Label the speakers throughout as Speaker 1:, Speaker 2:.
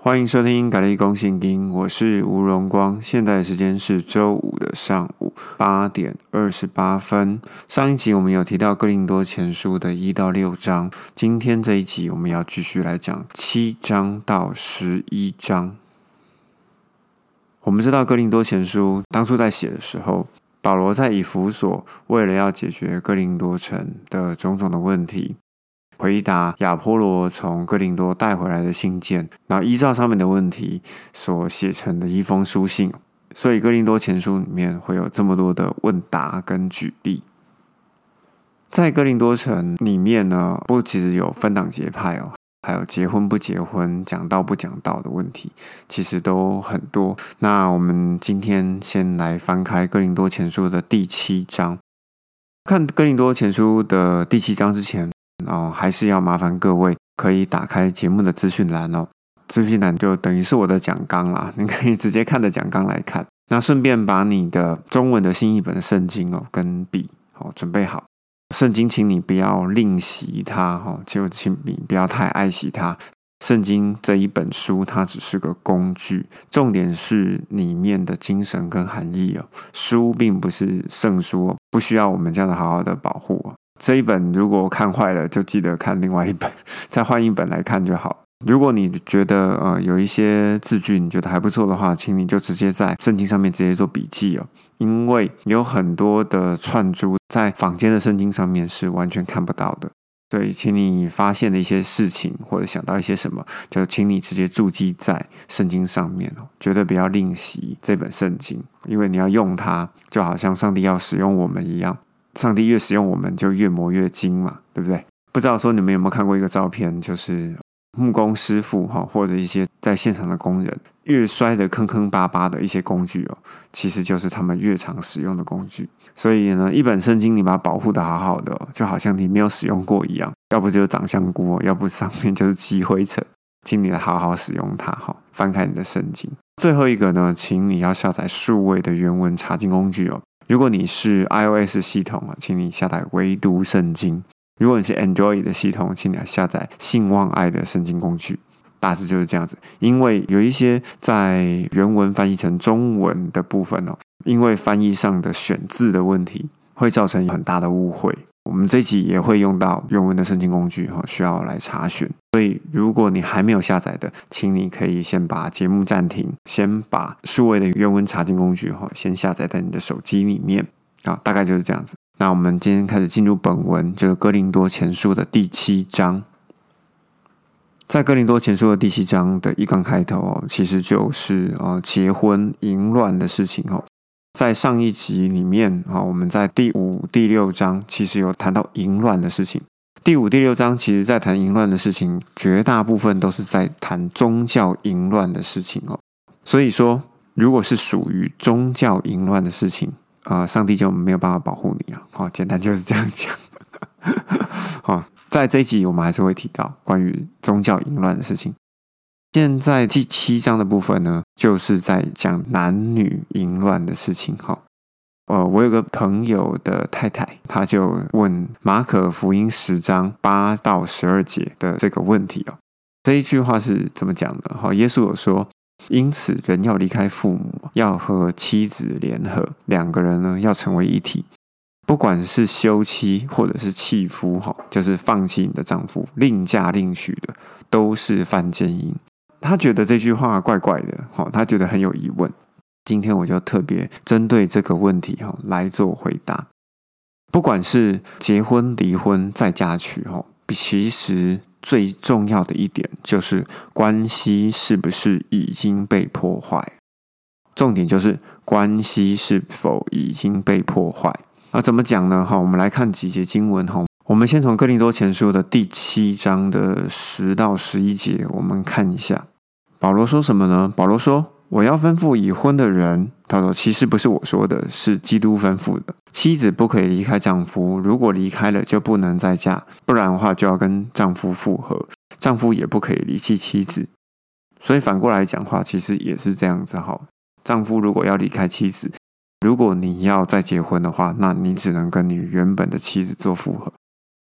Speaker 1: 欢迎收听《改立公信经》，我是吴荣光。现在的时间是周五的上午8点28分。上一集我们有提到哥林多前书的1到6章，今天这一集我们要继续来讲7章到11章。我们知道哥林多前书当初在写的时候，保罗在以弗所为了要解决哥林多城的种种的问题，回答亚波罗从哥林多带回来的信件，然后依照上面的问题所写成的一封书信，所以哥林多前书里面会有这么多的问答跟举例。在哥林多城里面呢，其实有分党结派还有结婚不结婚、讲道不讲道的问题，其实都很多。那我们今天先来翻开哥林多前书的第7章。看哥林多前书的第7章之前，还是要麻烦各位可以打开节目的资讯栏资讯栏就等于是我的讲纲啦，你可以直接看着讲纲来看。那顺便把你的中文的新译本的圣经跟笔准备好。圣经请你不要吝惜它，就请你不要太爱惜它。圣经这一本书它只是个工具，重点是里面的精神跟含义书并不是圣书，不需要我们这样的好好的保护这一本如果看坏了，就记得看另外一本，再换一本来看就好。如果你觉得有一些字句你觉得还不错的话，请你就直接在圣经上面直接做笔记因为有很多的串珠在坊间的圣经上面是完全看不到的。所以请你发现的一些事情或者想到一些什么，就请你直接注记在圣经上面绝对不要吝惜这本圣经，因为你要用它，就好像上帝要使用我们一样，上帝越使用我们就越磨越精嘛，对不对？不知道说你们有没有看过一个照片，就是木工师傅或者一些在现场的工人越摔得坑坑巴巴的一些工具其实就是他们越常使用的工具。所以呢，一本圣经你把它保护得好好的就好像你没有使用过一样，要不就是长香菇要不上面就是积灰尘，请你来好好使用它翻开你的圣经。最后一个呢，请你要下载数位的原文查经工具如果你是 iOS 系统请你下载唯读圣经。如果你是 Android 的系统，请你下载信望爱的圣经工具。大致就是这样子。因为有一些在原文翻译成中文的部分因为翻译上的选字的问题，会造成很大的误会。我们这一集也会用到原文的圣经工具需要来查询。所以如果你还没有下载的，请你可以先把节目暂停，先把数位的原文查经工具先下载在你的手机里面大概就是这样子。那我们今天开始进入本文，就是哥林多前书的第7章。在哥林多前书的第7章的一刚开头其实就是结婚淫乱的事情在上一集里面我们在第5、第6章其实有谈到淫乱的事情。第5、第6章其实在谈淫乱的事情，绝大部分都是在谈宗教淫乱的事情所以说，如果是属于宗教淫乱的事情上帝就没有办法保护你简单就是这样讲在这一集我们还是会提到关于宗教淫乱的事情。现在第7章的部分呢，就是在讲男女淫乱的事情我有个朋友的太太，他就问马可福音10章8到12节的这个问题这一句话是怎么讲的耶稣有说，因此人要离开父母，要和妻子联合，两个人呢要成为一体。不管是休妻或者是弃夫就是放弃你的丈夫，另嫁另娶的，都是犯奸淫。他觉得这句话怪怪的他觉得很有疑问。今天我就特别针对这个问题来做回答。不管是结婚、离婚、再嫁娶其实最重要的一点就是关系是不是已经被破坏。重点就是关系是否已经被破坏。怎么讲呢我们来看几节经文我们先从哥林多前书的第7章的10到11节我们看一下。保罗说什么呢？保罗说，我要吩咐已婚的人，他说其实不是我说的，是基督吩咐的。妻子不可以离开丈夫，如果离开了就不能再嫁，不然的话就要跟丈夫复合。丈夫也不可以离弃妻子。所以反过来讲话，其实也是这样子丈夫如果要离开妻子，如果你要再结婚的话，那你只能跟你原本的妻子做复合。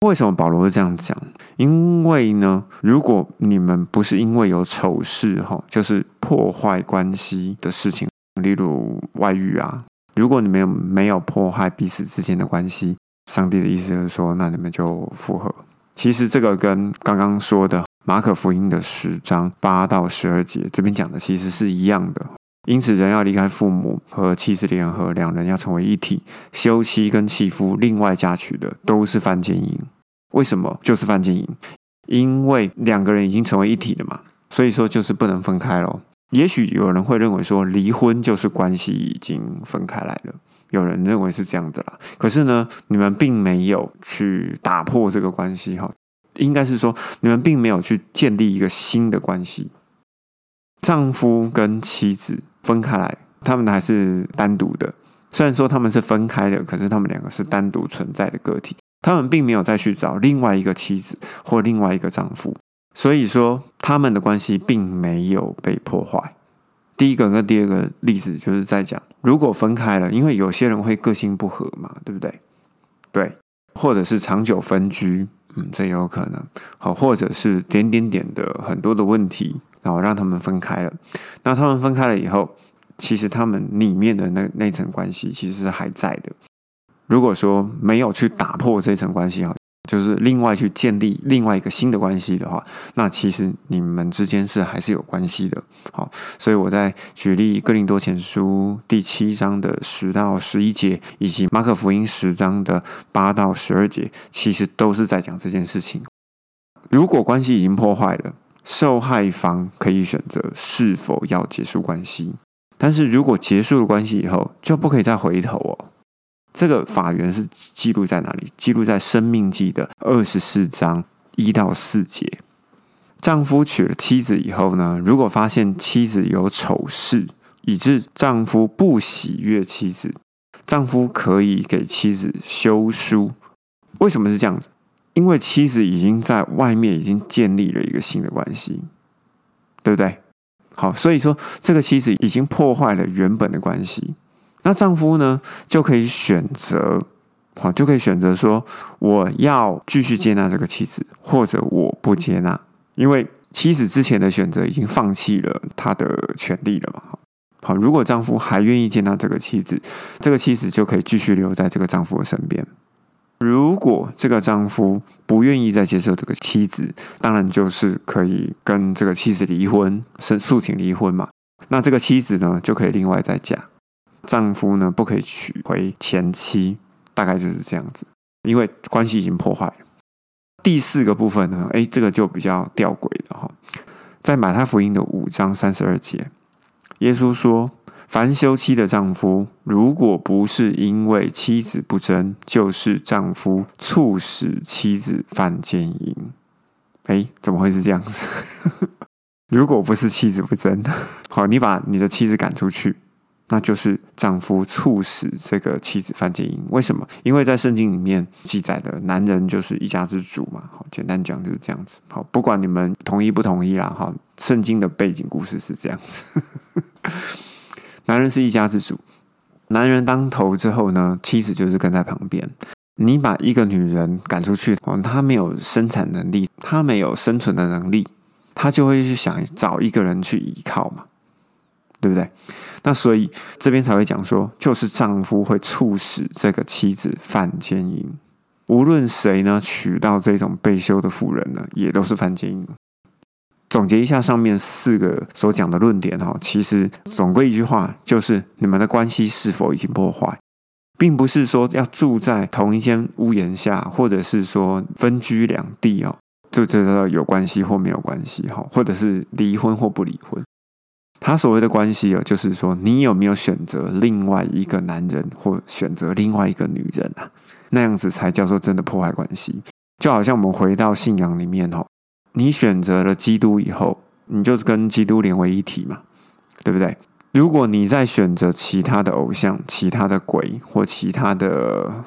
Speaker 1: 为什么保罗会这样讲？因为呢，如果你们不是因为有丑事，就是破坏关系的事情，例如外遇啊，如果你们没有破坏彼此之间的关系，上帝的意思就是说，那你们就复合。其实这个跟刚刚说的马可福音的10章8到12节这边讲的其实是一样的。因此人要离开父母，和妻子联合，两人要成为一体。休妻跟弃妇另外嫁娶的都是犯奸淫。为什么就是犯奸淫？因为两个人已经成为一体了嘛，所以说就是不能分开咯。也许有人会认为说离婚就是关系已经分开来了，有人认为是这样的啦。可是呢，你们并没有去打破这个关系，应该是说你们并没有去建立一个新的关系。丈夫跟妻子分开来，他们还是单独的。虽然说他们是分开的，可是他们两个是单独存在的个体，他们并没有再去找另外一个妻子或另外一个丈夫，所以说他们的关系并没有被破坏。第一个跟第二个例子就是在讲，如果分开了，因为有些人会个性不合嘛，对不对？对，或者是长久分居，这也有可能。好，或者是点的很多的问题，然后让他们分开了。那他们分开了以后，其实他们里面的那层关系其实是还在的。如果说没有去打破这层关系，就是另外去建立另外一个新的关系的话，那其实你们之间是还是有关系的。好，所以我在举例哥林多前书第7章的10到11节，以及马可福音10章的8到12节，其实都是在讲这件事情。如果关系已经破坏了，受害方可以选择是否要结束关系，但是如果结束了关系以后，就不可以再回头哦。这个法源是记录在哪里？记录在申命记的24章1到4节。丈夫娶了妻子以后呢，如果发现妻子有丑事，以致丈夫不喜悦妻子，丈夫可以给妻子休书。为什么是这样子？因为妻子已经在外面已经建立了一个新的关系，对不对？好，所以说这个妻子已经破坏了原本的关系。那丈夫呢，就可以选择说，我要继续接纳这个妻子，或者我不接纳，因为妻子之前的选择已经放弃了他的权利了嘛。好，如果丈夫还愿意接纳这个妻子，这个妻子就可以继续留在这个丈夫的身边。如果这个丈夫不愿意再接受这个妻子，当然就是可以跟这个妻子离婚，诉请离婚嘛。那这个妻子呢，就可以另外再嫁。丈夫呢，不可以娶回前妻，大概就是这样子，因为关系已经破坏了。第4个部分呢，这个就比较吊诡的在马太福音的5章32节，耶稣说：“凡休妻的丈夫，如果不是因为妻子不贞，就是丈夫促使妻子犯奸淫。”怎么会是这样子？如果不是妻子不贞，好，你把你的妻子赶出去，那就是丈夫促使这个妻子犯奸淫。为什么？因为在圣经里面记载的，男人就是一家之主嘛。好，简单讲就是这样子。好，不管你们同意不同意啦，好，圣经的背景故事是这样子。男人是一家之主，男人当头之后呢，妻子就是跟在旁边。你把一个女人赶出去，她没有生产能力，她没有生存的能力，她就会去想找一个人去依靠嘛。对不对？那所以这边才会讲说，就是丈夫会促使这个妻子犯奸淫。无论谁呢娶到这种被休的妇人呢，也都是犯奸淫。总结一下上面4个所讲的论点，其实总归一句话，就是你们的关系是否已经破坏，并不是说要住在同一间屋檐下，或者是说分居两地就知道有关系或没有关系，或者是离婚或不离婚。他所谓的关系就是说你有没有选择另外一个男人或选择另外一个女人啊？那样子才叫做真的破坏关系。就好像我们回到信仰里面你选择了基督以后，你就跟基督连为一体嘛，对不对？如果你再选择其他的偶像、其他的鬼或其他的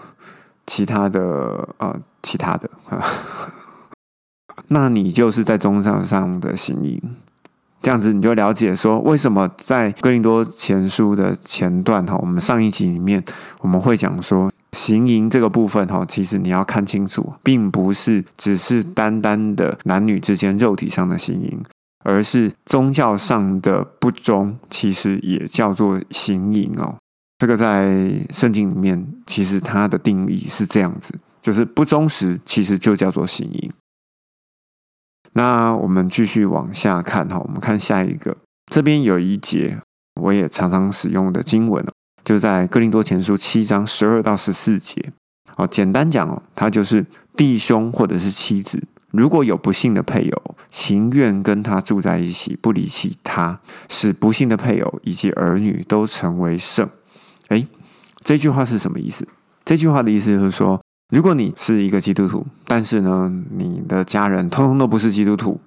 Speaker 1: 那你就是在宗教上的行淫。这样子你就了解说，为什么在哥林多前书的前段我们上一集里面我们会讲说， 行淫这个部分其实你要看清楚，并不是只是单单的男女之间肉体上的行淫，而是宗教上的不忠，其实也叫做行淫哦。这个在圣经里面，其实它的定义是这样子，就是不忠实，其实就叫做行淫。那我们继续往下看我们看下一个，这边有一节我也常常使用的经文就在哥林多前书7章12到14节。简单讲它就是弟兄或者是妻子，如果有不幸的配偶，情愿跟他住在一起，不离弃他，使不幸的配偶以及儿女都成为圣。这句话是什么意思？这句话的意思就是说，如果你是一个基督徒，但是呢，你的家人通通都不是基督徒，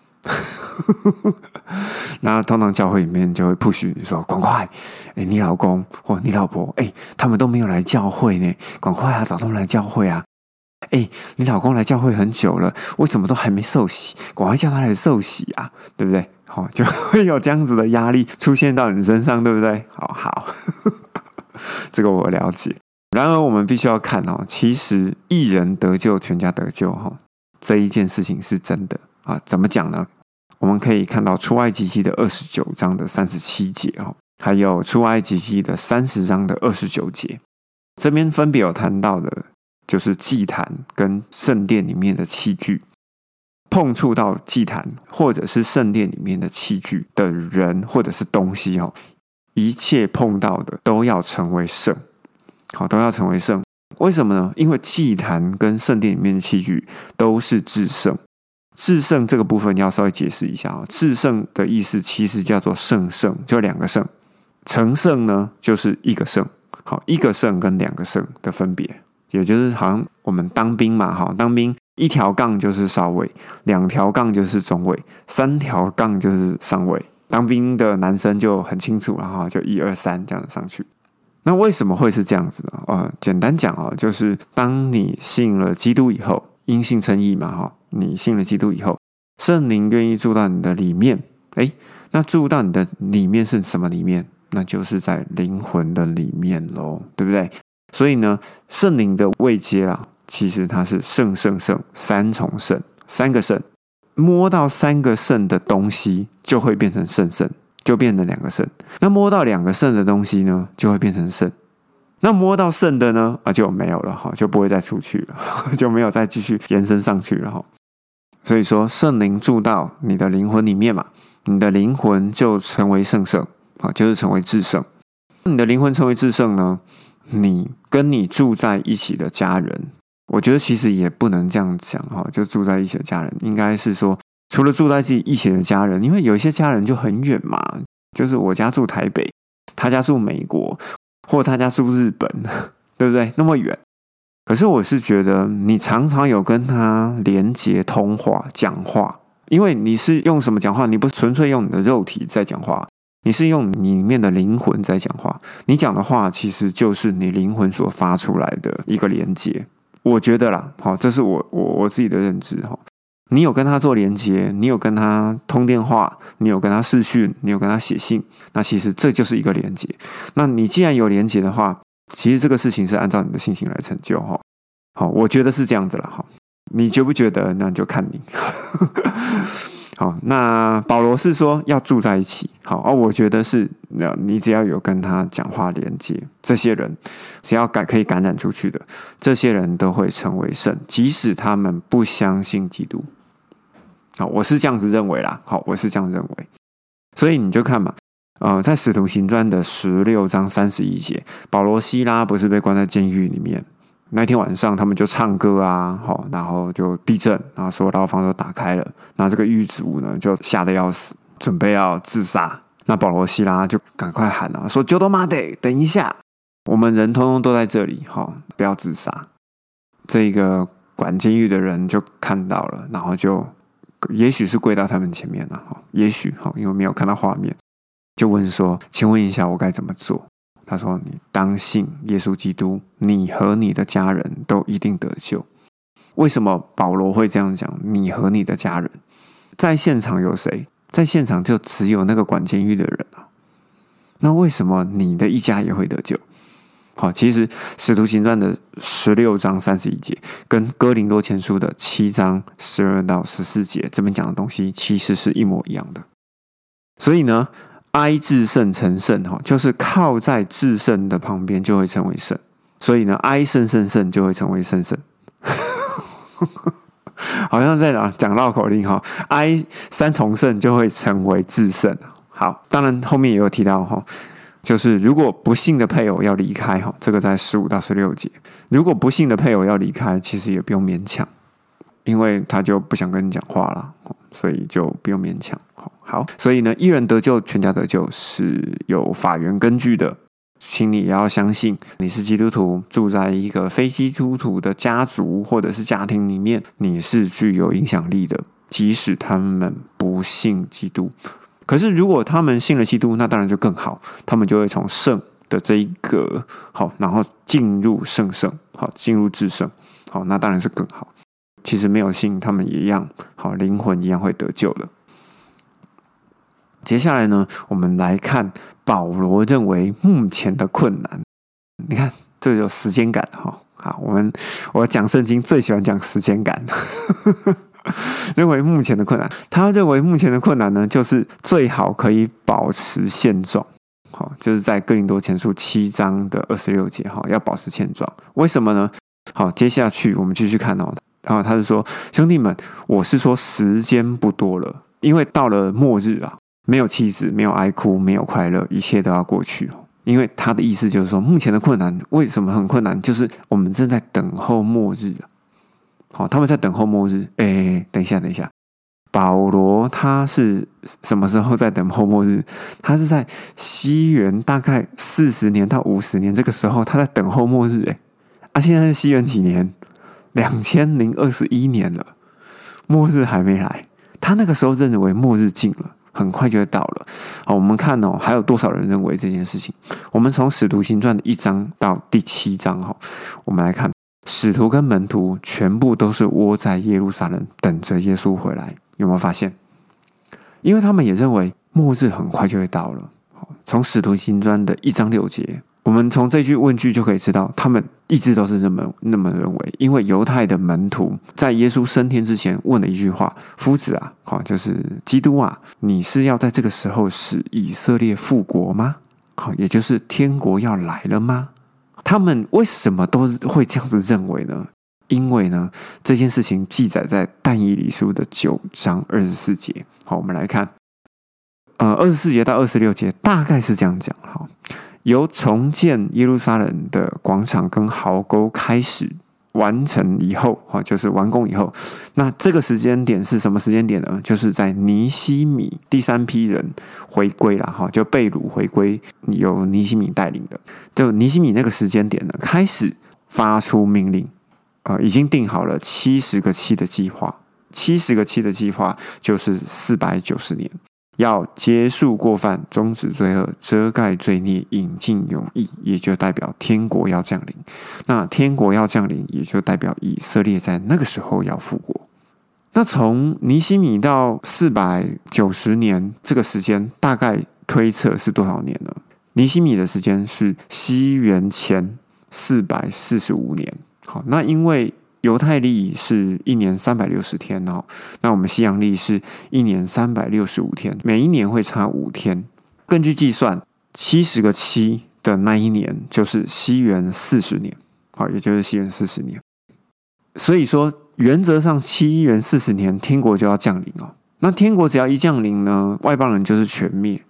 Speaker 1: 那通常教会里面就会 push 你说，赶快，你老公或你老婆，他们都没有来教会呢，赶快找他们来教会啊！你老公来教会很久了，为什么都还没受洗？赶快叫他来受洗啊，对不对？就会有这样子的压力出现到你身上，对不对？好，这个我了解。然而我们必须要看其实一人得救，全家得救这一件事情是真的怎么讲呢？我们可以看到出埃及记的29章的37节还有出埃及记的30章的29节，这边分别有谈到的就是祭坛跟圣殿里面的器具，碰触到祭坛或者是圣殿里面的器具的人或者是东西一切碰到的都要成为圣，都要成为圣。为什么呢？因为祭坛跟圣殿里面的器具都是至圣。至圣这个部分要稍微解释一下至圣的意思其实叫做圣，就2个圣。成圣呢就是1个圣。1个圣跟2个圣的分别，也就是好像我们当兵嘛，当兵1条杠就是少尉，2条杠就是中尉，3条杠就是上尉。当兵的男生就很清楚了就1、2、3这样上去。那为什么会是这样子呢？简单讲就是当你信了基督以后，因信称义嘛你信了基督以后，圣灵愿意住到你的里面。那住到你的里面是什么里面？那就是在灵魂的里面咯，对不对？所以呢，圣灵的位阶其实它是圣3重圣，3个圣。摸到3个圣的东西就会变成圣，就变成2个圣。那摸到2个圣的东西呢，就会变成圣。那摸到圣的呢就没有了就不会再出去了，就没有再继续延伸上去了所以说圣灵住到你的灵魂里面嘛，你的灵魂就成为圣，就是成为至圣。你的灵魂成为至圣呢，你跟你住在一起的家人，我觉得其实也不能这样讲就住在一起的家人，应该是说除了住在一起的家人，因为有一些家人就很远嘛，就是我家住台北，他家住美国，或他家住日本，对不对？那么远。可是我是觉得你常常有跟他连结通话讲话，因为你是用什么讲话？你不是纯粹用你的肉体在讲话，你是用你里面的灵魂在讲话。你讲的话其实就是你灵魂所发出来的一个连结。我觉得啦，这是我自己的认知你有跟他做连结，你有跟他通电话，你有跟他视讯，你有跟他写信，那其实这就是一个连结。那你既然有连结的话，其实这个事情是按照你的信心来成就我觉得是这样子啦你觉不觉得？那就看你那保罗是说要住在一起我觉得是你只要有跟他讲话连接，这些人只要可以感染出去的，这些人都会成为圣，即使他们不相信基督。我是这样子认为啦我是这样认为。所以你就看嘛在使徒行传的16章31节，保罗西拉不是被关在监狱里面，那天晚上他们就唱歌然后就地震，然后所有牢房都打开了，那这个狱卒呢就吓得要死，准备要自杀。那保罗西拉就赶快喊说就都妈得等一下，我们人通通都在这里不要自杀。这个管监狱的人就看到了，然后就也许是跪到他们前面了也许因为没有看到画面，就问说请问一下我该怎么做？他说你当信耶稣基督，你和你的家人都一定得救。为什么保罗会这样讲？你和你的家人，在现场有谁？在现场就只有那个管监狱的人那为什么你的一家也会得救？ 好，其实使徒行传的16章31节跟哥林多前书的7章12到14节这边讲的东西其实是一模一样的。所以呢，哀至圣成圣，就是靠在至圣的旁边就会成为圣，所以呢，哀圣圣圣就会成为圣圣。好像在讲绕口令，哀三重圣就会成为至圣。好，当然后面也有提到，就是如果不幸的配偶要离开，这个在15到16节，如果不幸的配偶要离开，其实也不用勉强，因为他就不想跟你讲话了，所以就不用勉强。好，所以呢，一人得救全家得救是有法源根据的，请你也要相信，你是基督徒，住在一个非基督徒的家族或者是家庭里面，你是具有影响力的，即使他们不信基督。可是如果他们信了基督，那当然就更好，他们就会从圣的这一个好，然后进入圣，好，进入至圣，好，那当然是更好。其实没有信，他们也一样，好，灵魂一样会得救的。接下来呢，我们来看保罗认为目前的困难。你看，这有时间感哈。好，我讲圣经最喜欢讲时间感。认为目前的困难，他认为目前的困难呢，就是最好可以保持现状。好，就是在哥林多前书7章的26节，要保持现状。为什么呢？好，接下去我们继续看哦。他是说，兄弟们，我是说时间不多了，因为到了末日啊。没有妻子，没有哀哭，没有快乐，一切都要过去。因为他的意思就是说，目前的困难为什么很困难？就是我们正在等候末日。好，他们在等候末日。等一下，保罗他是什么时候在等候末日？他是在西元大概40年到50年这个时候，他在等候末日。现在是西元几年？2021年了，末日还没来。他那个时候认为末日近了。很快就会到了。好，我们看还有多少人认为这件事情？我们从使徒行传的1章到第7章，我们来看，使徒跟门徒全部都是窝在耶路撒冷等着耶稣回来。有没有发现？因为他们也认为末日很快就会到了。从使徒行传的1章6节，我们从这句问句就可以知道，他们一直都是那么认为。因为犹太的门徒在耶稣升天之前问了一句话：夫子啊，就是基督啊，你是要在这个时候使以色列复国吗？也就是天国要来了吗？他们为什么都会这样子认为呢？因为呢，这件事情记载在但以理书的9章24节。好，我们来看24节到26节，大概是这样讲。好，由重建耶路撒冷的广场跟壕沟开始完成以后，就是完工以后，那这个时间点是什么时间点呢？就是在尼希米第3批人回归啦，就被掳回归，由尼希米带领的。就尼希米那个时间点呢，开始发出命令，已经定好了70个期的计划。70个期的计划就是490年。要结束过犯，终止罪恶，遮盖罪孽，引进永义，也就代表天国要降临。那天国要降临，也就代表以色列在那个时候要复国。那从尼希米到490年这个时间，大概推测是多少年呢？尼希米的时间是西元前445年。好，那因为犹太历是1年360天那我们西洋历是1年365天，每一年会差5天。根据计算，70个期的那一年就是西元40年，好，也就是西元40年。所以说，原则上西元40年天国就要降临哦。那天国只要一降临呢，外邦人就是全灭。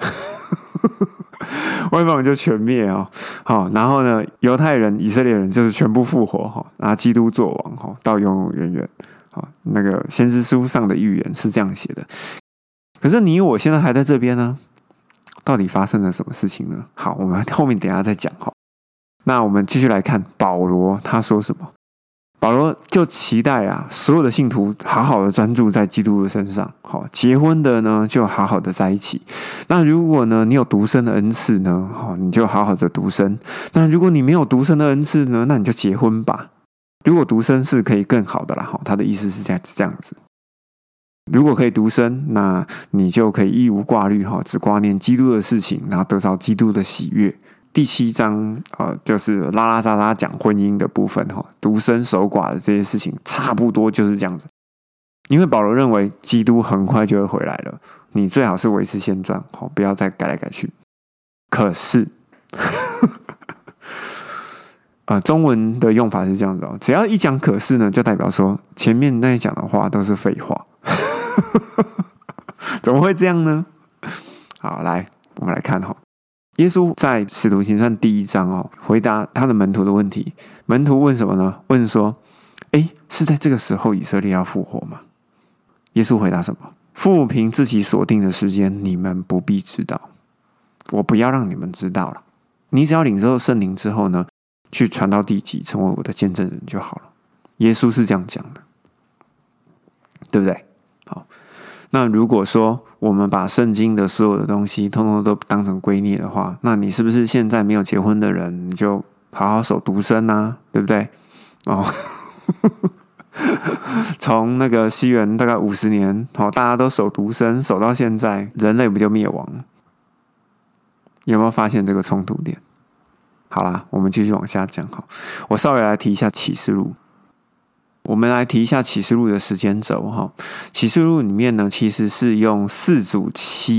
Speaker 1: 外邦人就全灭好，然后呢，犹太人、以色列人就是全部复活然后基督作王到永永远远那个先知书上的预言是这样写的。可是你我现在还在这边呢，到底发生了什么事情呢？好，我们后面等一下再讲那我们继续来看保罗他说什么。保罗就期待所有的信徒好好的专注在基督的身上。好，结婚的呢就好好的在一起。那如果呢你有独身的恩赐呢，你就好好的独身。那如果你没有独身的恩赐呢，那你就结婚吧。如果独身是可以更好的啦，他的意思是这样子。如果可以独身，那你就可以一无挂虑只挂念基督的事情，然后得到基督的喜悦。 第7章就是拉拉杂杂讲婚姻的部分独身守寡的这些事情，差不多就是这样子。因为保罗认为基督很快就会回来了，你最好是维持现状，不要再改来改去。可是中文的用法是这样子只要一讲可是呢，就代表说前面那些讲的话都是废话。怎么会这样呢？好，来我们来看耶稣在使徒行传第1章回答他的门徒的问题。门徒问什么呢？问说是在这个时候以色列要复活吗？耶稣回答什么？父凭自己所定的时间，你们不必知道，我不要让你们知道了。你只要领受圣灵之后呢，去传到地极，成为我的见证人就好了。耶稣是这样讲的，对不对？好，那如果说我们把圣经的所有的东西通通都当成圭臬的话，那你是不是现在没有结婚的人，你就好好守独身啊，对不对？从那个西元大概50年大家都守独身，守到现在，人类不就灭亡了？有没有发现这个冲突点？好啦，我们继续往下讲。我稍微来提一下启示录。我们来提一下启示录的时间轴。启示录里面呢，其实是用4组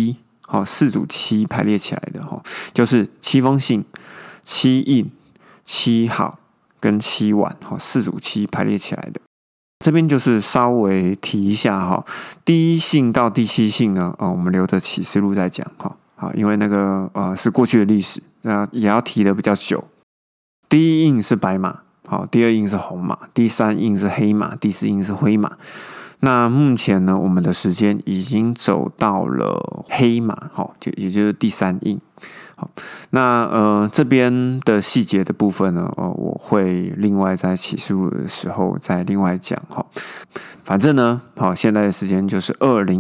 Speaker 1: 7排列起来的，就是7封信、7印、7号跟7碗，4组7排列起来的。这边就是稍微提一下第1信到第7信呢，我们留着启示录再讲因为那个是过去的历史，也要提的比较久。第1印是白马，第2印是红马，第3印是黑马，第4印是灰马。那目前呢，我们的时间已经走到了黑马，也就是第3印。那这边的细节的部分呢，我会另外在启示录的时候再另外讲。反正呢，现在的时间就是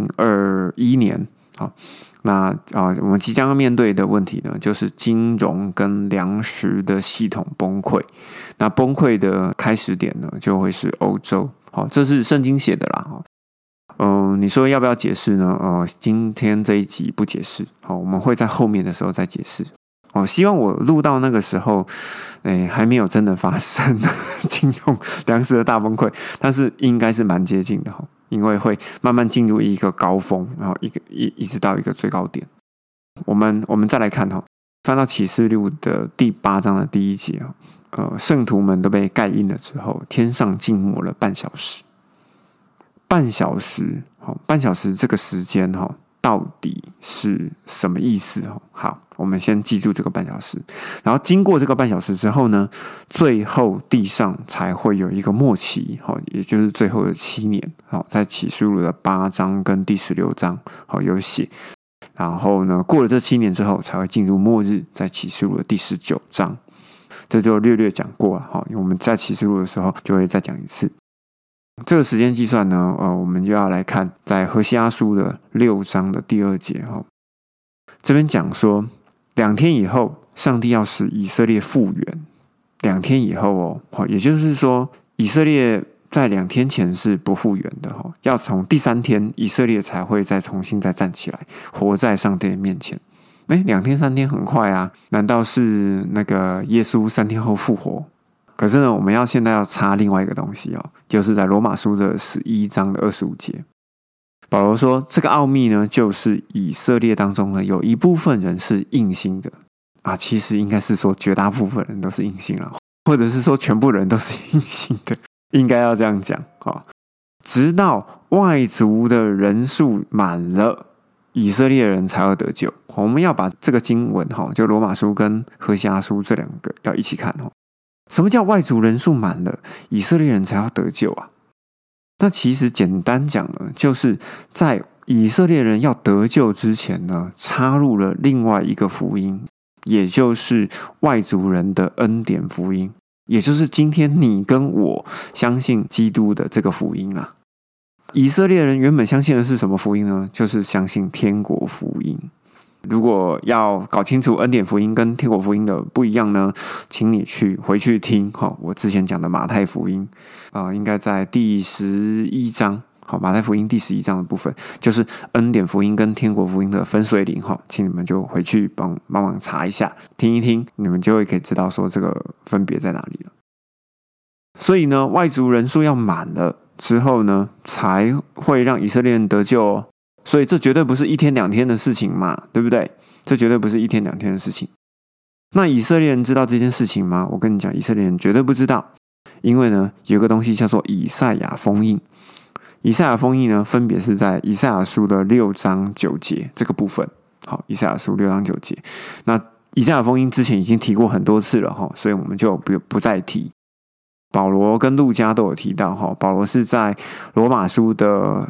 Speaker 1: 2021年。那我们即将要面对的问题呢，就是金融跟粮食的系统崩溃。那崩溃的开始点呢，就会是欧洲。这是圣经写的啦。你说要不要解释呢？今天这一集不解释，我们会在后面的时候再解释。希望我录到那个时候，还没有真的发生金融粮食的大崩溃，但是应该是蛮接近的，因为会慢慢进入一个高峰，然后一直到一个最高点。我们再来看翻到启示录的第8章的第1节圣徒们都被盖印了之后，天上静默了半小时。半小时这个时间到底是什么意思？好，我们先记住这个半小时，然后经过这个半小时之后呢，最后地上才会有一个末期，也就是最后的7年。在启示录的8章跟第16章有写。然后呢，过了这7年之后，才会进入末日，在启示录的第19章。这就略略讲过了，我们在启示录的时候就会再讲一次。这个时间计算呢，我们就要来看在何西阿书的6章的第2节。这边讲说2天以后，上帝要使以色列复原。2天以后也就是说以色列在2天前是不复原的，要从第3天以色列才会再重新再站起来，活在上帝的面前。2天3天很快啊，难道是那个耶稣3天后复活？可是呢，我们现在要插另外一个东西就是在罗马书的11章的25节，保罗说这个奥秘呢，就是以色列当中呢有一部分人是硬心的其实应该是说绝大部分人都是硬心了，或者是说全部人都是硬心的，应该要这样讲直到外族的人数满了，以色列人才要得救。我们要把这个经文就罗马书跟何西阿书这2个要一起看什么叫外族人数满了，以色列人才要得救啊？那其实简单讲呢，就是在以色列人要得救之前呢，插入了另外一个福音，也就是外族人的恩典福音，也就是今天你跟我相信基督的这个福音啦。以色列人原本相信的是什么福音呢？就是相信天国福音。如果要搞清楚恩典福音跟天国福音的不一样呢，请你回去听我之前讲的马太福音应该在第11章好，马太福音第11章的部分就是恩典福音跟天国福音的分水岭，请你们就回去帮忙查一下，听一听，你们就会可以知道说这个分别在哪里了。所以呢，外族人数要满了之后呢，才会让以色列人得救哦。所以这绝对不是1天2天的事情嘛，对不对？这绝对不是1天2天的事情。那以色列人知道这件事情吗？我跟你讲，以色列人绝对不知道，因为呢，有个东西叫做以赛亚封印。以赛亚封印呢，分别是在以赛亚书的6章9节这个部分。好，以赛亚书6章9节。那以赛亚封印之前已经提过很多次了，所以我们就不再提。保罗跟路加都有提到，保罗是在罗马书的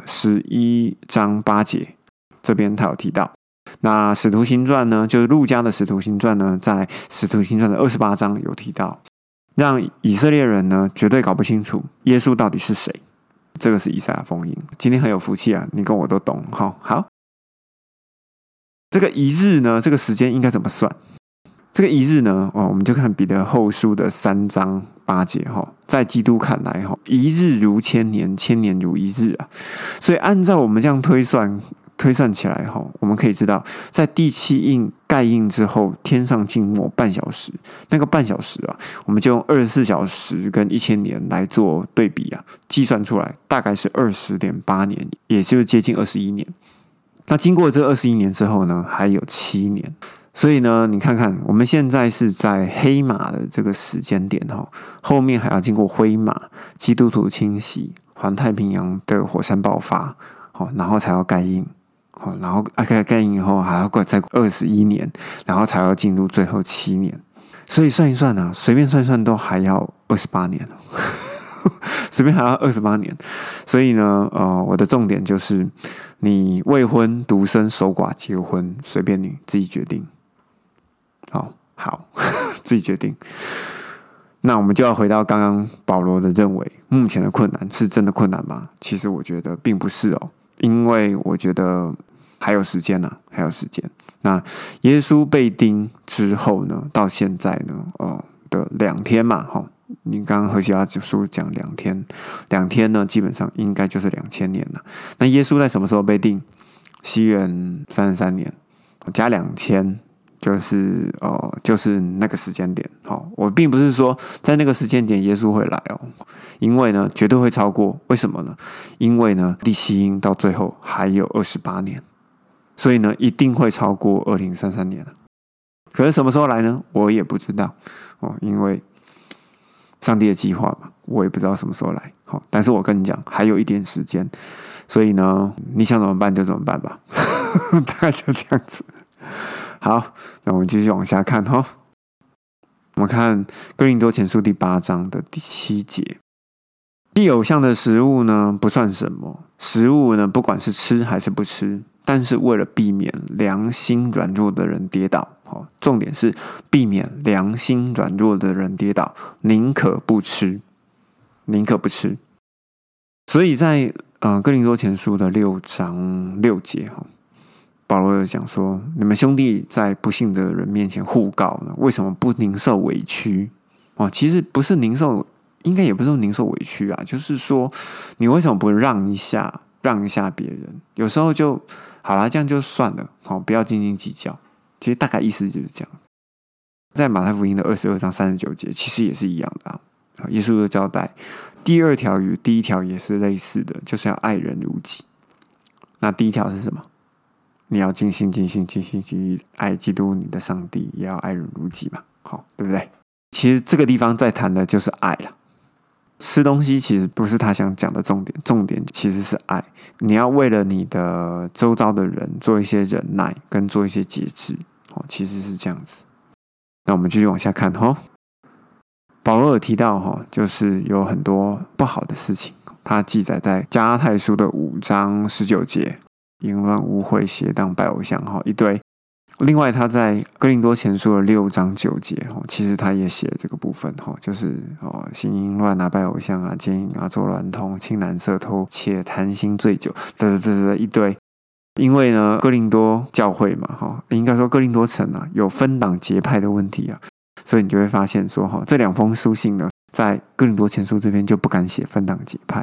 Speaker 1: 11章8节这边他有提到。那使徒行传呢，就是路加的使徒行传呢，在使徒行传的28章有提到，让以色列人呢绝对搞不清楚耶稣到底是谁。这个是以赛亚封印。今天很有福气啊，你跟我都懂。好，这个一日呢，这个时间应该怎么算？这个一日呢，我们就看彼得后书的3章8节，在基督看来，一日如千年，千年如一日啊。所以按照我们这样推算起来，我们可以知道，在第7印盖印之后，天上静默半小时。那个半小时啊，我们就用24小时跟1000年来做对比啊，计算出来大概是20.8年，也就是接近21年。那经过这21年之后呢，还有7年。所以呢，你看看，我们现在是在黑马的这个时间点，后面还要经过灰马、基督徒清洗、环太平洋的火山爆发，然后才要盖印。然后盖印以后还要再21年，然后才要进入最后7年。所以算一算啊，随便算一算都还要28年随便还要28年。所以呢，我的重点就是，你未婚、独身、守寡、结婚，随便你自己决定。好，自己决定。那我们就要回到刚刚保罗的认为，目前的困难是真的困难吗？其实我觉得并不是哦，因为我觉得还有时间呢，还有时间。那耶稣被钉之后呢，到现在呢，的2天嘛，你刚刚何西阿书讲2天，2天呢，基本上应该就是2000年了。那耶稣在什么时候被钉？西元33年，加2000。就是那个时间点，我并不是说在那个时间点耶稣会来哦，因为呢绝对会超过，为什么呢？因为呢第7印到最后还有28年，所以呢一定会超过2033年。可是什么时候来呢？我也不知道因为上帝的计划嘛，我也不知道什么时候来。但是我跟你讲，还有一点时间，所以呢你想怎么办就怎么办吧，大概就这样子。好，那我们继续往下看哈。我们看哥林多前书第8章的第7节，祭偶像的食物呢不算什么，食物呢不管是吃还是不吃，但是为了避免良心软弱的人跌倒，重点是避免良心软弱的人跌倒，宁可不吃，宁可不吃。所以在哥林多前书的6章6节保罗有讲说，你们兄弟在不信的人面前互告呢，为什么不宁受委屈？其实不是宁受，应该也不是宁受委屈啊，就是说你为什么不让一下别人？有时候就好啦，这样就算了，不要斤斤计较。其实大概意思就是这样。在马太福音的22章39节，其实也是一样的啊。耶稣的交代，第2条与第1条也是类似的，就是要爱人如己。那第1条是什么？你要尽心爱基督你的上帝，也要爱人如己嘛，对不对？其实这个地方在谈的就是爱啦。吃东西其实不是他想讲的重点，重点其实是爱。你要为了你的周遭的人做一些忍耐，跟做一些节制，其实是这样子。那我们继续往下看保罗有提到就是有很多不好的事情，他记载在加拉太书的5章19节。淫乱、污秽、邪荡、拜偶像一堆。另外他在哥林多前书的6章9节其实他也写了这个部分就是行淫乱啊、拜偶像啊、奸淫啊、作娈童、亲男色偷、且贪心醉酒，一堆。因为呢哥林多教会嘛应该说哥林多城啊有分党结派的问题啊，所以你就会发现说这2封书信呢在哥林多前书这边就不敢写分党结派。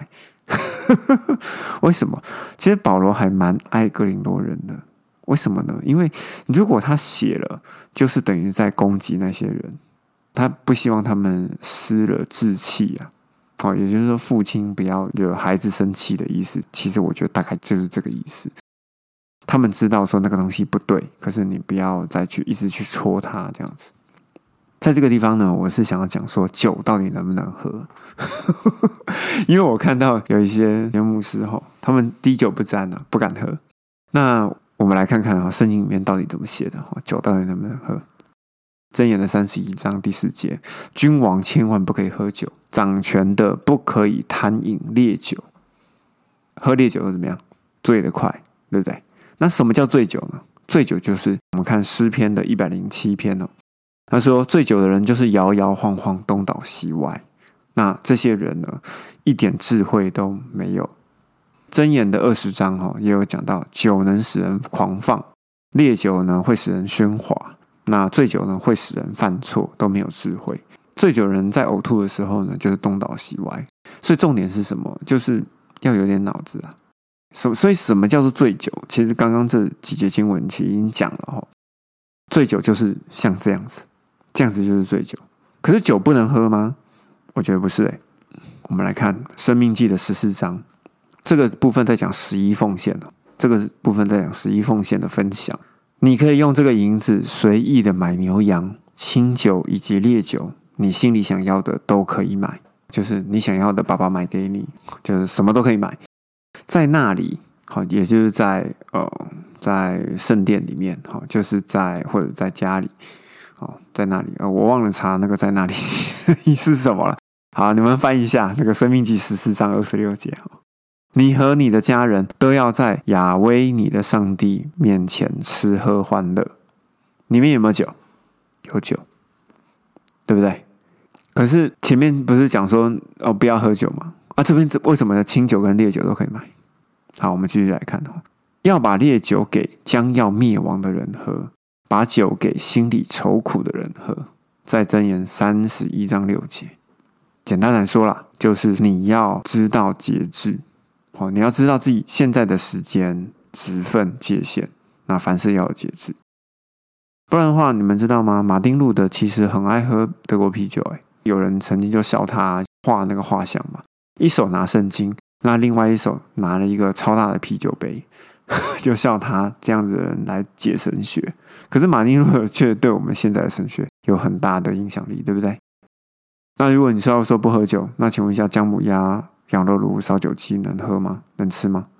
Speaker 1: 为什么？其实保罗还蛮爱哥林多人的，为什么呢？因为如果他写了，就是等于在攻击那些人，他不希望他们失了志气啊。也就是说，父亲不要惹孩子生气的意思。其实我觉得大概就是这个意思。他们知道说那个东西不对，可是你不要再去一直去戳他这样子。在这个地方呢，我是想要讲说酒到底能不能喝，因为我看到有一些牧师他们滴酒不沾啊，不敢喝。那我们来看看圣经里面到底怎么写的，酒到底能不能喝？箴言的31章第4节，君王千万不可以喝酒，掌权的不可以贪饮烈酒。喝烈酒又怎么样？醉得快，对不对？那什么叫醉酒呢？醉酒就是我们看诗篇的107篇他说醉酒的人就是摇摇晃晃，东倒西歪。那这些人呢，一点智慧都没有。箴言的20章也有讲到，酒能使人狂放，烈酒呢会使人喧哗，那醉酒呢会使人犯错，都没有智慧。醉酒人在呕吐的时候呢，就是东倒西歪。所以重点是什么？就是要有点脑子啊。所以什么叫做醉酒？其实刚刚这几节经文其实已经讲了醉酒就是像这样子，这样子就是醉酒。可是酒不能喝吗？我觉得不是我们来看申命记的14章，这个部分在讲11奉献这个部分在讲11奉献的分享。你可以用这个银子随意的买牛羊、清酒以及烈酒，你心里想要的都可以买，就是你想要的爸爸买给你，就是什么都可以买。在那里也就是在圣殿里面就是或者在家里在那里我忘了查那个在那里意思是什么了。好，你们翻一下那个申命记14章26节，你和你的家人都要在亚威你的上帝面前吃喝欢乐。里面有没有酒？有酒，对不对？可是前面不是讲说不要喝酒吗？这边为什么清酒跟烈酒都可以买？好，我们继续来看要把烈酒给将要灭亡的人喝，把酒给心里愁苦的人喝。在箴言31章6节。简单来说啦，就是你要知道节制，你要知道自己现在的时间、职分、界限，那凡事要有节制。不然的话，你们知道吗？马丁路德其实很爱喝德国啤酒有人曾经就笑他画那个画像嘛，一手拿圣经，那另外一手拿了一个超大的啤酒杯，就笑他这样子的人来解神学。可是马丁路德却对我们现在的神学有很大的影响力，对不对？那如果你说不喝酒，那请问一下，姜母鸭、羊肉炉、烧酒鸡能喝吗？能吃吗？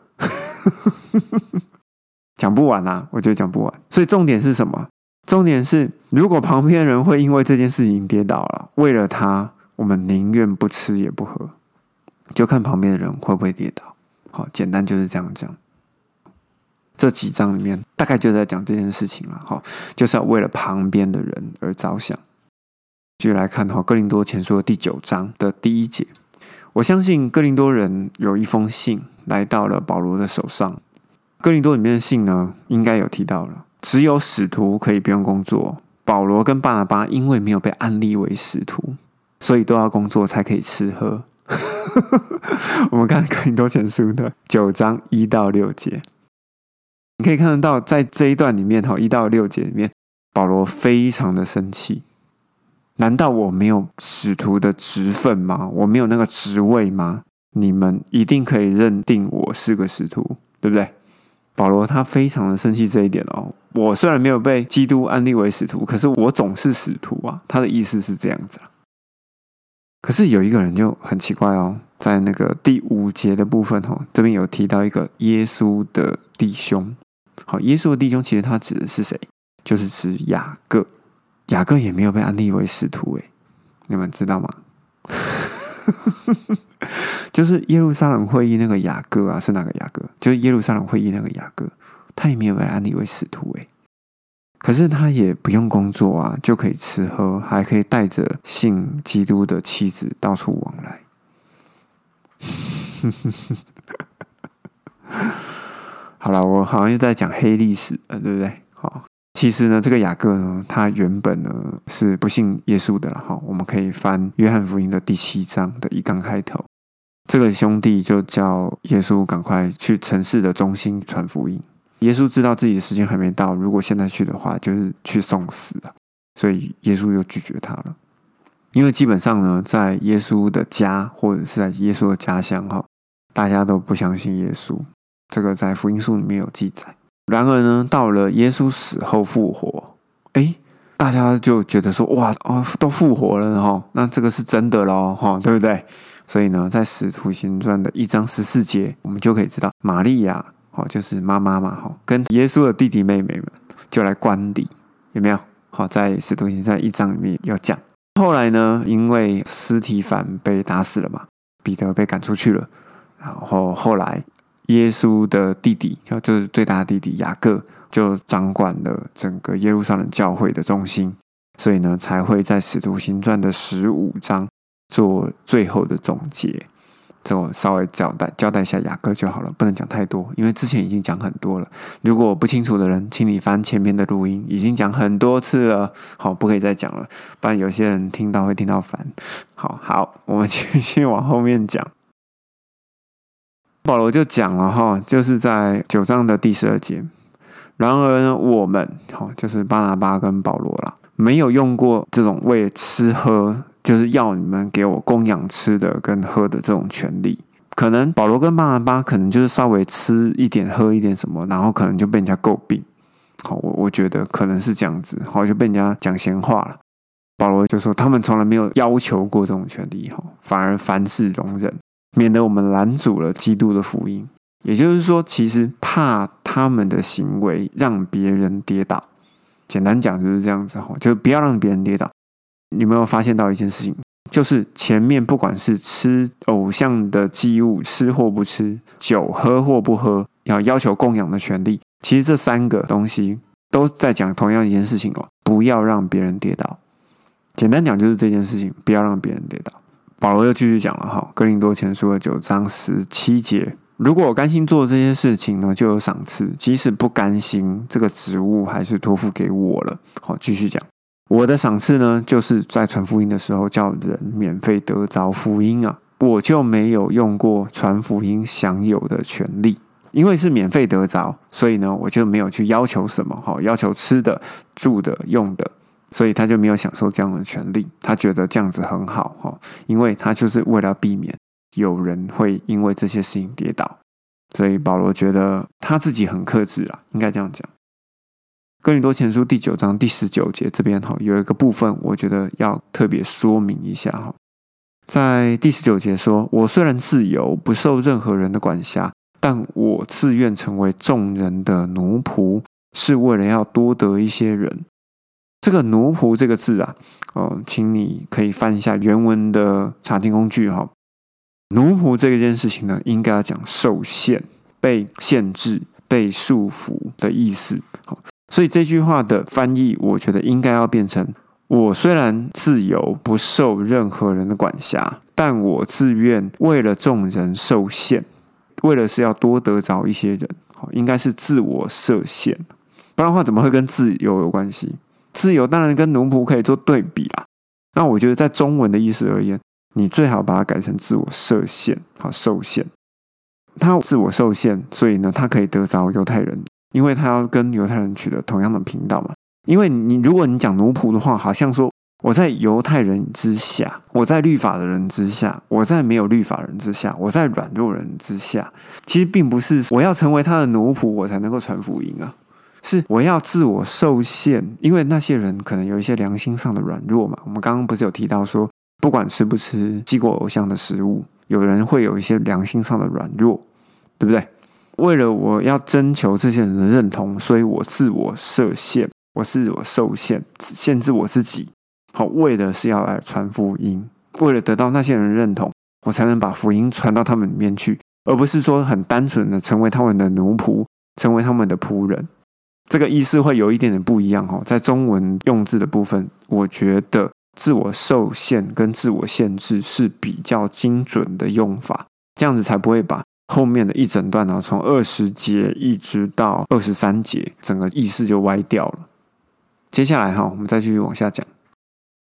Speaker 1: 讲不完啊，我觉得讲不完。所以重点是什么？重点是，如果旁边人会因为这件事情跌倒了，为了他，我们宁愿不吃也不喝，就看旁边的人会不会跌倒。好，简单就是这样讲。这几章里面大概就在讲这件事情了，就是要为了旁边的人而着想。继续来看哥林多前书的第9章的第1节。我相信哥林多人有一封信来到了保罗的手上。哥林多里面的信呢，应该有提到了，只有使徒可以不用工作。保罗跟巴拿巴因为没有被按立为使徒，所以都要工作才可以吃喝。我们看哥林多前书的9章1到6节，你可以看得到，在这一段里面1到6节里面，保罗非常的生气。难道我没有使徒的职分吗？我没有那个职位吗？你们一定可以认定我是个使徒，对不对？保罗他非常的生气这一点我虽然没有被基督按立为使徒，可是我总是使徒啊。他的意思是这样子可是有一个人就很奇怪在那个第5节的部分这边有提到一个耶稣的弟兄。好，耶稣的弟兄其实他指的是谁？就是指雅各。雅各也没有被按立为使徒你们知道吗？就是耶路撒冷会议那个雅各啊，是哪个雅各？就是耶路撒冷会议那个雅各，他也没有被按立为使徒可是他也不用工作啊，就可以吃喝，还可以带着信基督的妻子到处往来。好了，我好像又在讲黑历史对不对？好。其实呢，这个雅各呢，他原本呢是不信耶稣的啦。我们可以翻约翰福音的第7章的一刚开头。 这个兄弟就叫耶稣赶快去城市的中心传福音。耶稣知道自己的时间还没到，如果现在去的话就是去送死了，所以耶稣就拒绝他了。因为基本上呢，在耶稣的家或者是在耶稣的家乡大家都不相信耶稣，这个在福音书里面有记载。然而呢，到了耶稣死后复活，大家就觉得说哇都复活了那这个是真的咯对不对？所以呢，在使徒行传的1章14节，我们就可以知道玛利亚就是妈妈嘛跟耶稣的弟弟妹妹们就来观礼，有没有？在使徒行传1章里面有讲。后来呢，因为司提反被打死了嘛，彼得被赶出去了，然后后来耶稣的弟弟就是最大的弟弟雅各就掌管了整个耶路撒冷教会的中心，所以呢才会在使徒行传的15章做最后的总结。这我稍微交代一下雅各就好了，不能讲太多，因为之前已经讲很多了。如果不清楚的人，请你翻前面的录音，已经讲很多次了，不可以再讲了，不然有些人听到会听到烦。好，我们继续往后面讲。保罗就讲了就是在9章的第12节，然而呢，我们就是巴拿巴跟保罗啦，没有用过这种为吃喝，就是要你们给我供养吃的跟喝的这种权利。可能保罗跟巴拿巴可能就是稍微吃一点喝一点什么，然后可能就被人家诟病。我觉得可能是这样子，就被人家讲闲话了。保罗就说他们从来没有要求过这种权利，反而凡事容忍，免得我们拦阻了基督的福音。也就是说，其实怕他们的行为让别人跌倒。简单讲就是这样子，就不要让别人跌倒。你有没有发现到一件事情，就是前面不管是吃偶像的祭物吃或不吃，酒喝或不喝，要求供养的权利，其实这3个东西都在讲同样一件事情不要让别人跌倒。简单讲就是这件事情，不要让别人跌倒。保罗又继续讲了哥林多前书的9章17节，如果我甘心做这些事情呢，就有赏赐；即使不甘心，这个职务还是托付给我了。继续讲，我的赏赐呢，就是在传福音的时候叫人免费得着福音啊，我就没有用过传福音享有的权利，因为是免费得着，所以呢，我就没有去要求什么，要求吃的、住的、用的。所以他就没有享受这样的权利，他觉得这样子很好，因为他就是为了避免有人会因为这些事情跌倒，所以保罗觉得他自己很克制啦，应该这样讲。哥林多前书第9章第19节这边有一个部分，我觉得要特别说明一下在第19节说，我虽然自由，不受任何人的管辖，但我自愿成为众人的奴仆，是为了要多得一些人。这个奴仆这个字请你可以翻一下原文的查经工具奴仆这件事情呢，应该要讲受限、被限制、被束缚的意思。所以这句话的翻译，我觉得应该要变成：我虽然自由，不受任何人的管辖，但我自愿为了众人受限，为了是要多得着一些人，应该是自我设限，不然的话怎么会跟自由有关系？自由当然跟奴仆可以做对比啦。那我觉得在中文的意思而言，你最好把它改成自我设限，受限。他自我受限，所以呢，他可以得着犹太人，因为他要跟犹太人取得同样的频道嘛。因为如果你讲奴仆的话，好像说我在犹太人之下，我在律法的人之下，我在没有律法人之下，我在软弱人之下。其实并不是我要成为他的奴仆，我才能够传福音啊。是我要自我受限，因为那些人可能有一些良心上的软弱嘛。我们刚刚不是有提到说，不管吃不吃祭过偶像的食物，有人会有一些良心上的软弱，对不对？为了我要征求这些人的认同，所以我自我设限，我自我受限，限制我自己。为的是要来传福音，为了得到那些人认同，我才能把福音传到他们里面去，而不是说很单纯的成为他们的奴仆，成为他们的仆人。这个意思会有一点点不一样在中文用字的部分，我觉得自我受限跟自我限制是比较精准的用法，这样子才不会把后面的一整段从20节一直到23节整个意思就歪掉了。接下来我们再继续往下讲。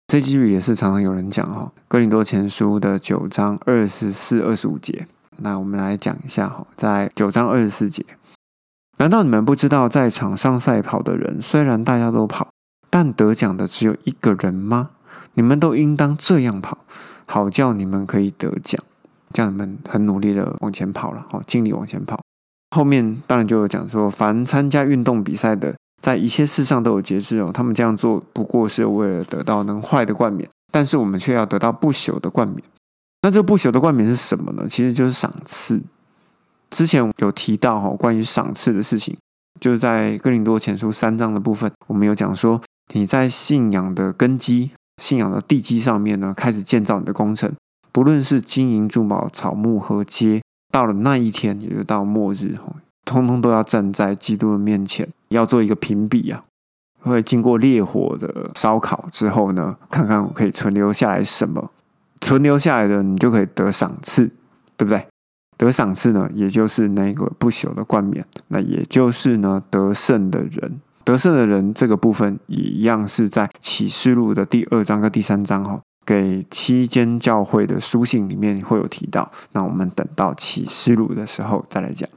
Speaker 1: 这句也是常常有人讲哥林多前书的9章24、25节。那我们来讲一下在9章24节，难道你们不知道，在场上赛跑的人，虽然大家都跑，但得奖的只有一个人吗？你们都应当这样跑，好叫你们可以得奖。这样你们很努力的往前跑了，尽力往前跑。后面当然就有讲说，凡参加运动比赛的，在一切事上都有节制他们这样做不过是为了得到能坏的冠冕，但是我们却要得到不朽的冠冕。那这个不朽的冠冕是什么呢？其实就是赏赐。之前有提到关于赏赐的事情，就是在哥林多前书3章的部分，我们有讲说，你在信仰的根基、信仰的地基上面呢，开始建造你的工程，不论是金银珠宝、草木和街，到了那一天，也就是到末日，通通都要站在基督的面前，要做一个评比会经过烈火的烧烤之后呢，看看我可以存留下来什么。存留下来的你就可以得赏赐，对不对？得赏赐呢，也就是那个不朽的冠冕，那也就是呢得胜的人。得胜的人这个部分也一样是在启示录的第2章跟第3章给7间教会的书信里面会有提到。那我们等到启示录的时候再来讲。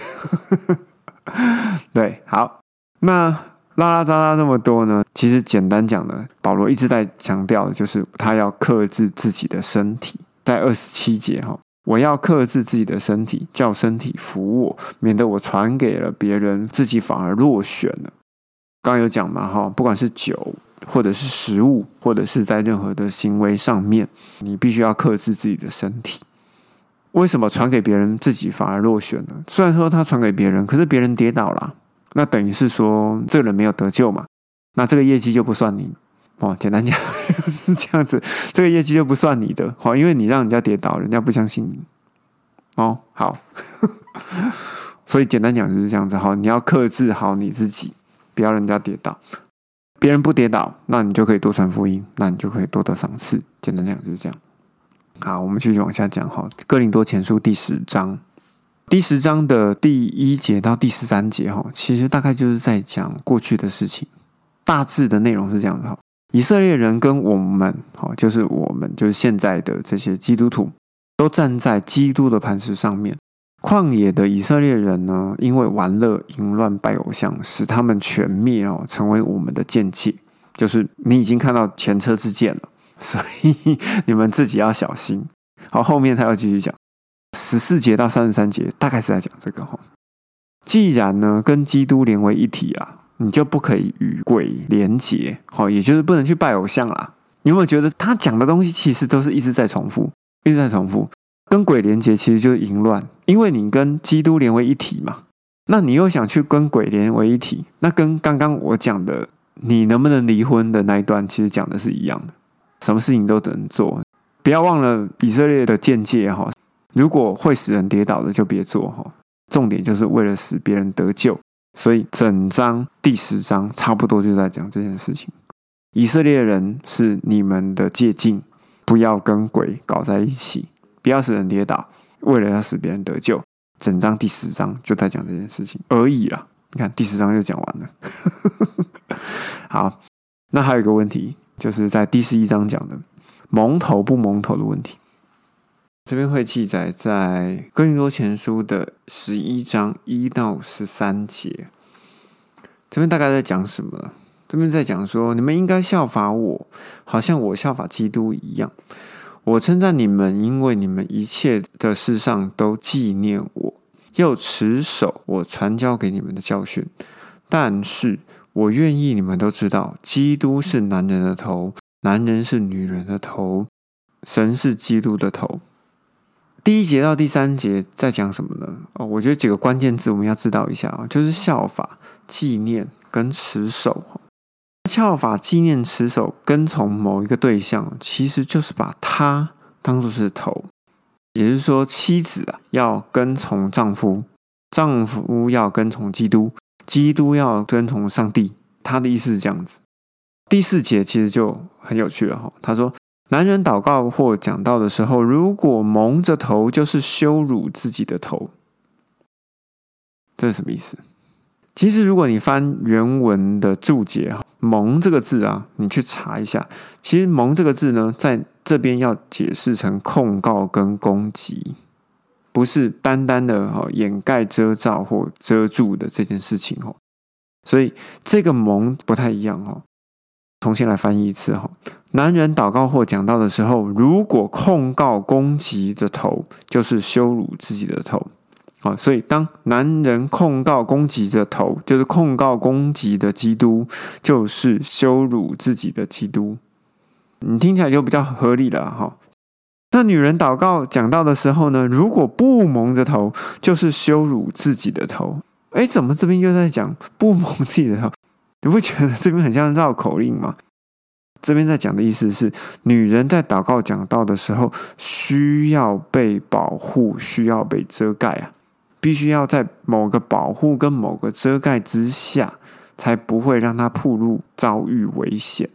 Speaker 1: 对，好，那拉拉杂杂那么多呢，其实简单讲呢，保罗一直在强调的就是他要克制自己的身体。在27节我要克制自己的身体，叫身体服我，免得我传给了别人，自己反而落选了。刚刚有讲嘛不管是酒或者是食物，或者是在任何的行为上面，你必须要克制自己的身体。为什么传给别人，自己反而落选呢？虽然说他传给别人，可是别人跌倒了，那等于是说这个人没有得救嘛，那这个业绩就不算你简单讲是这样子，这个业绩就不算你的因为你让人家跌倒，人家不相信你好所以简单讲就是这样子你要克制好你自己，不要人家跌倒。别人不跌倒，那你就可以多传福音，那你就可以多得赏赐。简单讲就是这样。好，我们继续往下讲哥林多前书第10章。第10章的第1节到第13节其实大概就是在讲过去的事情，大致的内容是这样的以色列人跟我们就是现在的这些基督徒，都站在基督的磐石上面。旷野的以色列人呢，因为玩乐、淫乱、拜偶像，使他们全灭成为我们的鉴戒。就是你已经看到前车之鉴了，所以你们自己要小心。好，后面他要继续讲14节到33节，大概是在讲这个既然呢跟基督连为一体你就不可以与鬼连结，也就是不能去拜偶像啦。你有没有觉得他讲的东西其实都是一直在重复，一直在重复？跟鬼连结其实就是淫乱，因为你跟基督连为一体嘛，那你又想去跟鬼连为一体，那跟刚刚我讲的你能不能离婚的那一段其实讲的是一样的，什么事情都能做。不要忘了以色列的见解如果会使人跌倒的就别做重点就是为了使别人得救。所以整章第10章差不多就在讲这件事情。以色列人是你们的戒禁，不要跟鬼搞在一起，不要使人跌倒，为了要使别人得救。整章第10章就在讲这件事情而已啦。你看第10章就讲完了。好，那还有一个问题，就是在第11章讲的蒙头不蒙头的问题。这边会记载在哥林多前书的11章1到13节。这边大概在讲什么？这边在讲说，你们应该效法我，好像我效法基督一样。我称赞你们，因为你们一切的事上都纪念我，又持守我传教给你们的教训。但是我愿意你们都知道，基督是男人的头，男人是女人的头，神是基督的头。第1节到第3节在讲什么呢？我觉得几个关键字我们要知道一下就是效法、纪念跟持守。效法、纪念、持守，跟从某一个对象，其实就是把他当作是头。也就是说，妻子要跟从丈夫，丈夫要跟从基督，基督要跟从上帝。他的意思是这样子。第4节其实就很有趣了他说，男人祷告或讲道的时候，如果蒙着头，就是羞辱自己的头。这是什么意思？其实如果你翻原文的注解， 蒙这个字啊，你去查一下，其实蒙这个字呢，在这边要解释成控告跟攻击，不是单单的掩盖、遮罩或遮住的这件事情。所以这个蒙不太一样。重新来翻译一次。男人祷告或讲道的时候，如果控告攻击的头，就是羞辱自己的头。所以当男人控告攻击的头，就是控告攻击的基督，就是羞辱自己的基督。你听起来就比较合理了。那女人祷告讲道的时候呢，如果不蒙着头，就是羞辱自己的头。怎么这边又在讲不蒙自己的头？你不觉得这边很像绕口令吗？这边在讲的意思是，女人在祷告讲道的时候需要被保护，需要被遮盖必须要在某个保护跟某个遮盖之下，才不会让她暴露遭遇危险。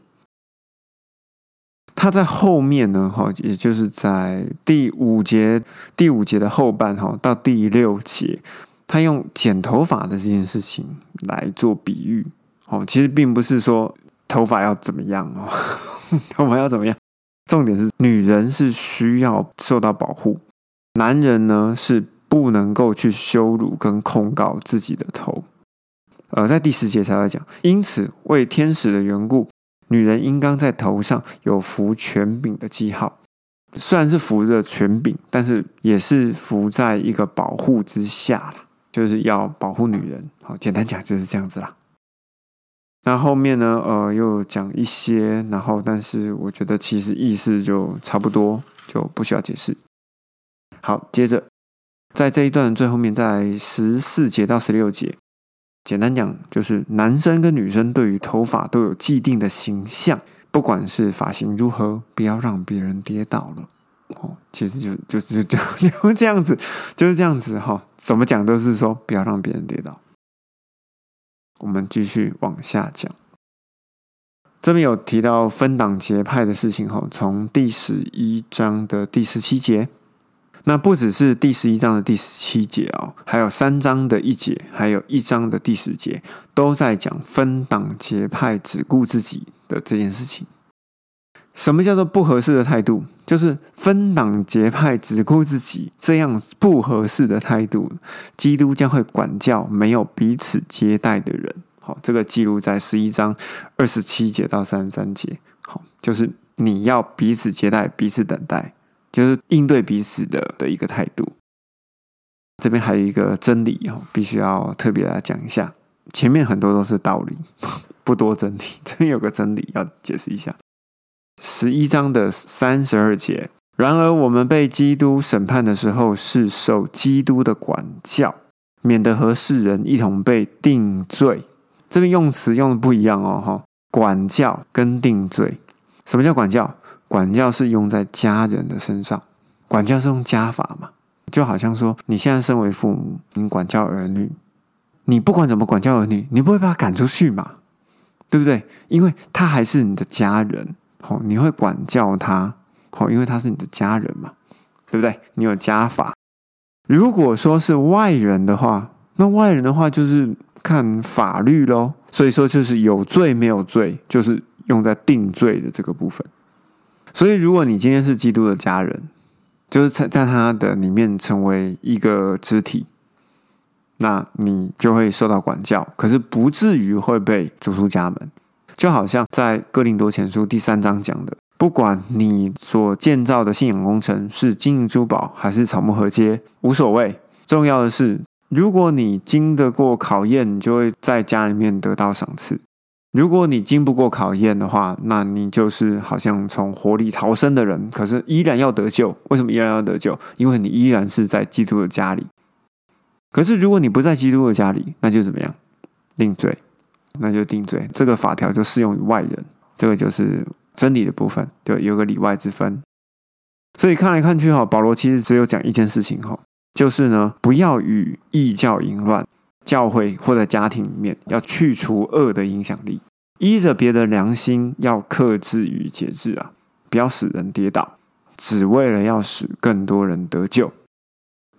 Speaker 1: 他在后面呢，也就是在第五节的后半到第6节，他用剪头发的这件事情来做比喻。其实并不是说头发要怎么样头发要怎么样，重点是女人是需要受到保护，男人呢是不能够去羞辱跟控告自己的头。在第10节才会讲，因此为天使的缘故，女人应当在头上有服权柄的记号。虽然是服着权柄，但是也是服在一个保护之下啦，就是要保护女人。简单讲就是这样子啦。那后面呢，又讲一些，然后但是我觉得其实意思就差不多，就不需要解释。好，接着在这一段的最后面，在14节到16节，简单讲就是男生跟女生对于头发都有既定的形象，不管是发型如何，不要让别人跌倒了。其实就这样子，就是这样子怎么讲都是说不要让别人跌倒。我们继续往下讲，这边有提到分党结派的事情，从第11章的第17节，那不只是第11章的第17节还有3章的1节，还有1章的第10节，都在讲分党结派只顾自己的这件事情。什么叫做不合适的态度？就是分党结派只顾自己这样不合适的态度，基督将会管教没有彼此接待的人。这个记录在11章27节到33节。就是你要彼此接待，彼此等待，就是应对彼此的一个态度。这边还有一个真理必须要特别来讲一下，前面很多都是道理，不多真理。这边有个真理要解释一下。11章的32节，然而我们被基督审判的时候，是受基督的管教，免得和世人一同被定罪。这边用词用的不一样管教跟定罪。什么叫管教？管教是用在家人的身上，管教是用家法嘛，就好像说你现在身为父母，你管教儿女，你不管怎么管教儿女，你不会把他赶出去嘛，对不对？因为他还是你的家人，你会管教他，因为他是你的家人嘛，对不对？你有家法。如果说是外人的话，那外人的话就是看法律咯，所以说就是有罪没有罪，就是用在定罪的这个部分。所以如果你今天是基督的家人，就是在他的里面成为一个肢体，那你就会受到管教，可是不至于会被逐出家门。就好像在哥林多前书第3章讲的，不管你所建造的信仰工程是金银珠宝还是草木禾秸，无所谓，重要的是如果你经得过考验，你就会在家里面得到赏赐。如果你经不过考验的话，那你就是好像从火里逃生的人，可是依然要得救。为什么依然要得救？因为你依然是在基督的家里。可是如果你不在基督的家里，那就怎么样？定罪，那就定罪。这个法条就适用于外人，这个就是真理的部分，就有个里外之分。所以看来看去保罗其实只有讲一件事情，就是呢，不要与异教淫乱。教会或者家庭里面要去除恶的影响力，依着别的良心要克制与节制不要使人跌倒，只为了要使更多人得救。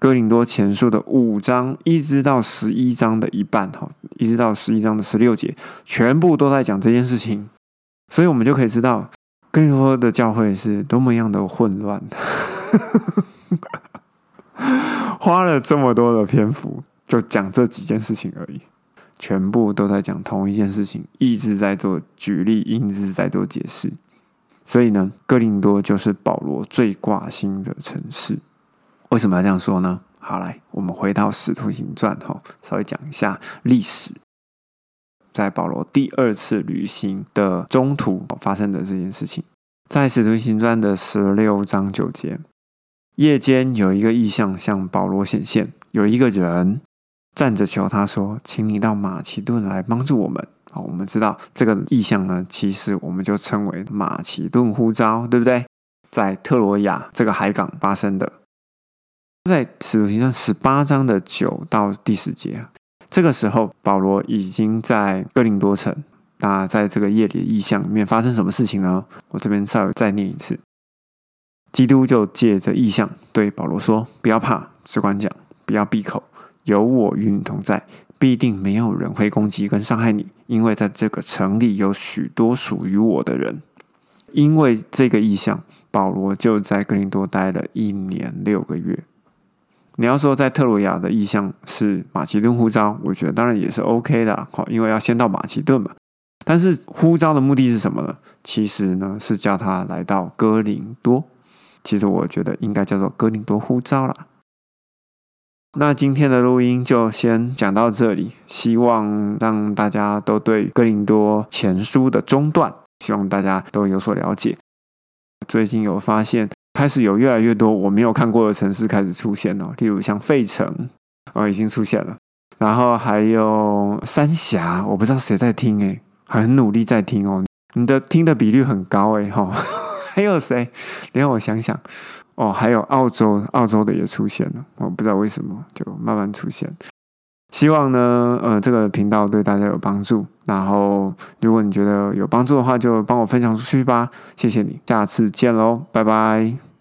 Speaker 1: 哥林多前书的5章一直到11章的一半，一直到11章的16节，全部都在讲这件事情。所以我们就可以知道哥林多的教会是多么样的混乱花了这么多的篇幅就讲这几件事情而已，全部都在讲同一件事情，一直在做举例，一直在做解释。所以呢，哥林多就是保罗最挂心的城市。为什么要这样说呢？好，来，我们回到使徒行传，稍微讲一下历史。在保罗第2次旅行的中途发生的这件事情，在使徒行传的16章9节，夜间有一个异象向保罗显现，有一个人站着求他说：“请你到马其顿来帮助我们。”我们知道这个异象呢，其实我们就称为马其顿呼召，对不对？在特罗亚这个海港发生的。在使徒行传18章的9到第10节，这个时候保罗已经在哥林多城。那在这个夜里的异象里面发生什么事情呢？我这边稍微再念一次。基督就借着异象对保罗说：“不要怕，只管讲，不要闭口，有我与你同在，必定没有人会攻击跟伤害你，因为在这个城里有许多属于我的人。”因为这个异象，保罗就在哥林多待了1年6个月。你要说在特罗亚的异象是马其顿呼召，我觉得当然也是 OK 的，因为要先到马其顿嘛。但是呼召的目的是什么呢？其实呢是叫他来到哥林多。其实我觉得应该叫做哥林多呼召啦。那今天的录音就先讲到这里，希望让大家都对哥林多前书的中段，希望大家都有所了解。最近有发现开始有越来越多我没有看过的城市开始出现了，例如像费城已经出现了，然后还有三峡，我不知道谁在听很努力在听哦，你的听的比率很高还有谁？等一下我想想还有澳洲的也出现了，我不知道为什么就慢慢出现。希望呢这个频道对大家有帮助，然后如果你觉得有帮助的话就帮我分享出去吧，谢谢你，下次见咯，拜拜。